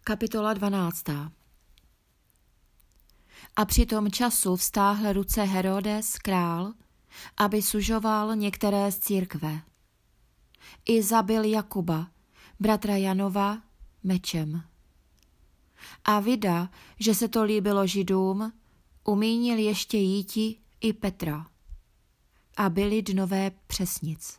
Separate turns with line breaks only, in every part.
Kapitola 12. A při tom času vztáhl ruce Herodes, král, aby sužoval některé z církve. I zabil Jakuba, bratra Janova, mečem. A vida, že se to líbilo Židům, umínil ještě jíti i Petra. A byli dnové přesnic.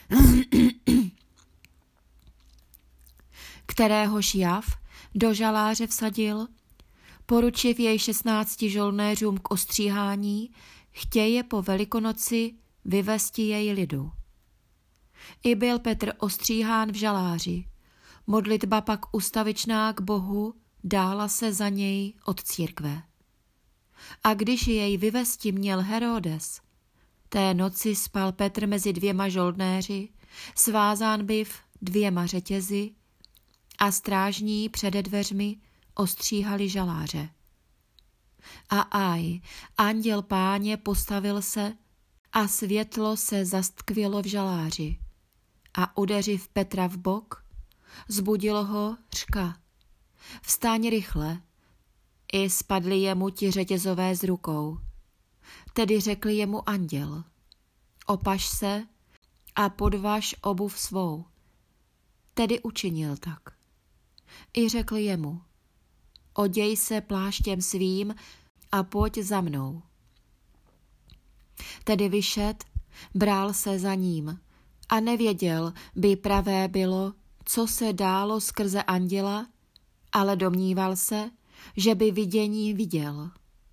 Kteréhož Jav do žaláře vsadil, poručiv jej 16 žolnéřům k ostříhání, chtěje po Velikonoci vyvesti jej lidu. I byl Petr ostříhán v žaláři, modlitba pak ustavičná k Bohu dála se za něj od církve. A když jej vyvesti měl Herodes, té noci spal Petr mezi 2 žoldnéři, svázán byv 2 řetězy a strážní přede dveřmi ostříhali žaláře. A aj, anděl Páně postavil se a světlo se zastkvělo v žaláři a udeřiv Petra v bok, zbudil ho, řka: Vstaň rychle. I spadly jemu ti řetězové z rukou. Tedy řekl jemu anděl: Opaš se a podvaž obuv svou. Tedy učinil tak. I řekl jemu: Oděj se pláštěm svým a pojď za mnou. Tedy vyšet, bral se za ním a nevěděl, by pravé bylo, co se dálo skrze anděla, ale domníval se, že by vidění viděl.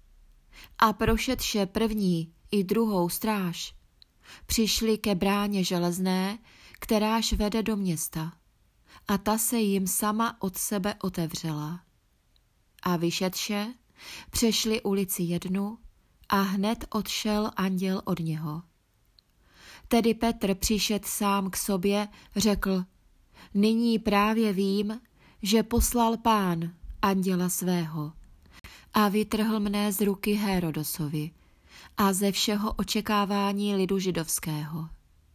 A prošetše první i druhou stráž, přišli ke bráně železné, kteráž vede do města, a ta se jim sama od sebe otevřela. A vyšetše, přešli ulici jednu a hned odšel anděl od něho. Tedy Petr přišet sám k sobě, řekl: Nyní právě vím, že poslal Pán anděla svého a vytrhl mne z ruky Herodosovi a ze všeho očekávání lidu židovského.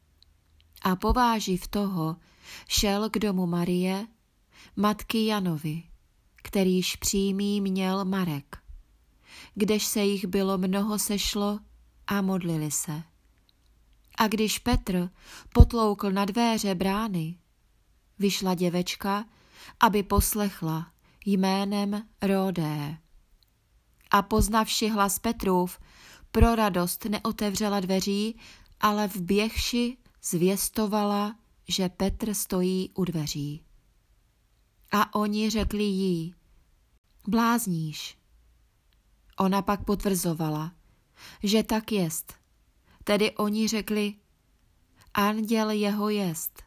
A pováživ toho šel k domu Marie, matky Janovi, kterýž přímý měl Marek, kdež se jich bylo mnoho sešlo a modlili se. A když Petr potloukl na dvéře brány, vyšla děvečka, aby poslechla, jménem Ródé. A poznavši hlas Petrův, pro radost neotevřela dveří, ale vběhši zvěstovala, že Petr stojí u dveří. A oni řekli jí: Blázníš. Ona pak potvrzovala, že tak jest. Tedy oni řekli: Anděl jeho jest.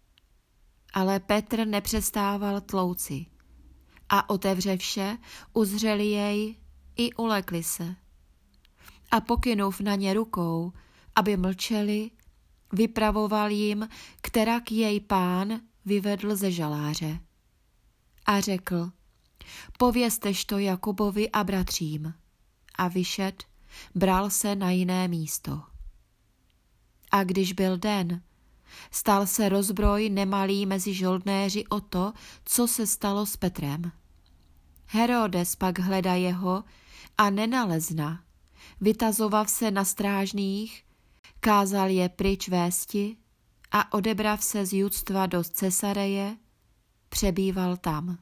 Ale Petr nepřestával tlouci. A otevřevše, uzřeli jej i ulekli se. A pokynuv na ně rukou, aby mlčeli, vypravoval jim, kterak jej Pán vyvedl ze žaláře. A řekl: Pověztež to Jakubovi a bratřím. A vyšet, bral se na jiné místo. A když byl den, stal se rozbroj nemalý mezi žoldnéři o to, co se stalo s Petrem. Herodes pak hledá jeho a nenalezna. Vytazovav se na strážných, kázal je pryč vésti a odebrav se z judstva do Cesareje, přebýval tam.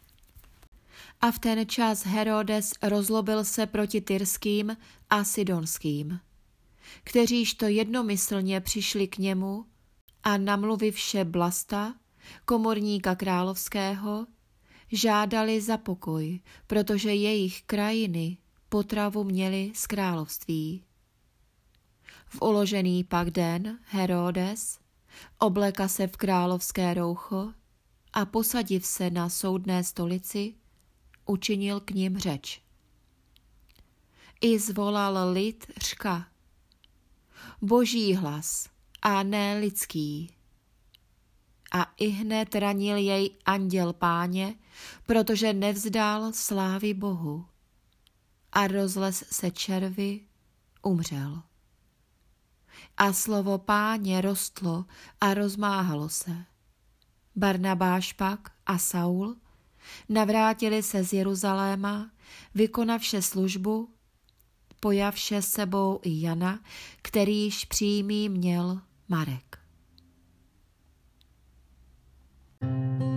A v ten čas Herodes rozlobil se proti tyrským a sidonským, kteříž to jednomyslně přišli k němu a namluvivše Blasta, komorníka královského, žádali za pokoj, protože jejich krajiny potravu měli z království. V uložený pak den Herodes obleka se v královské roucho a posadiv se na soudné stolici, učinil k nim řeč. I zvolal lid řka: Boží hlas a ne lidský. A ihned ranil jej anděl Páně, protože nevzdal slávy Bohu. A rozles se červy, umřel. A slovo Páně rostlo a rozmáhalo se. Barnabáš pak a Saul navrátili se z Jeruzaléma, vykonavše službu, pojavše s sebou i Jana, kterýž přímý měl Marek.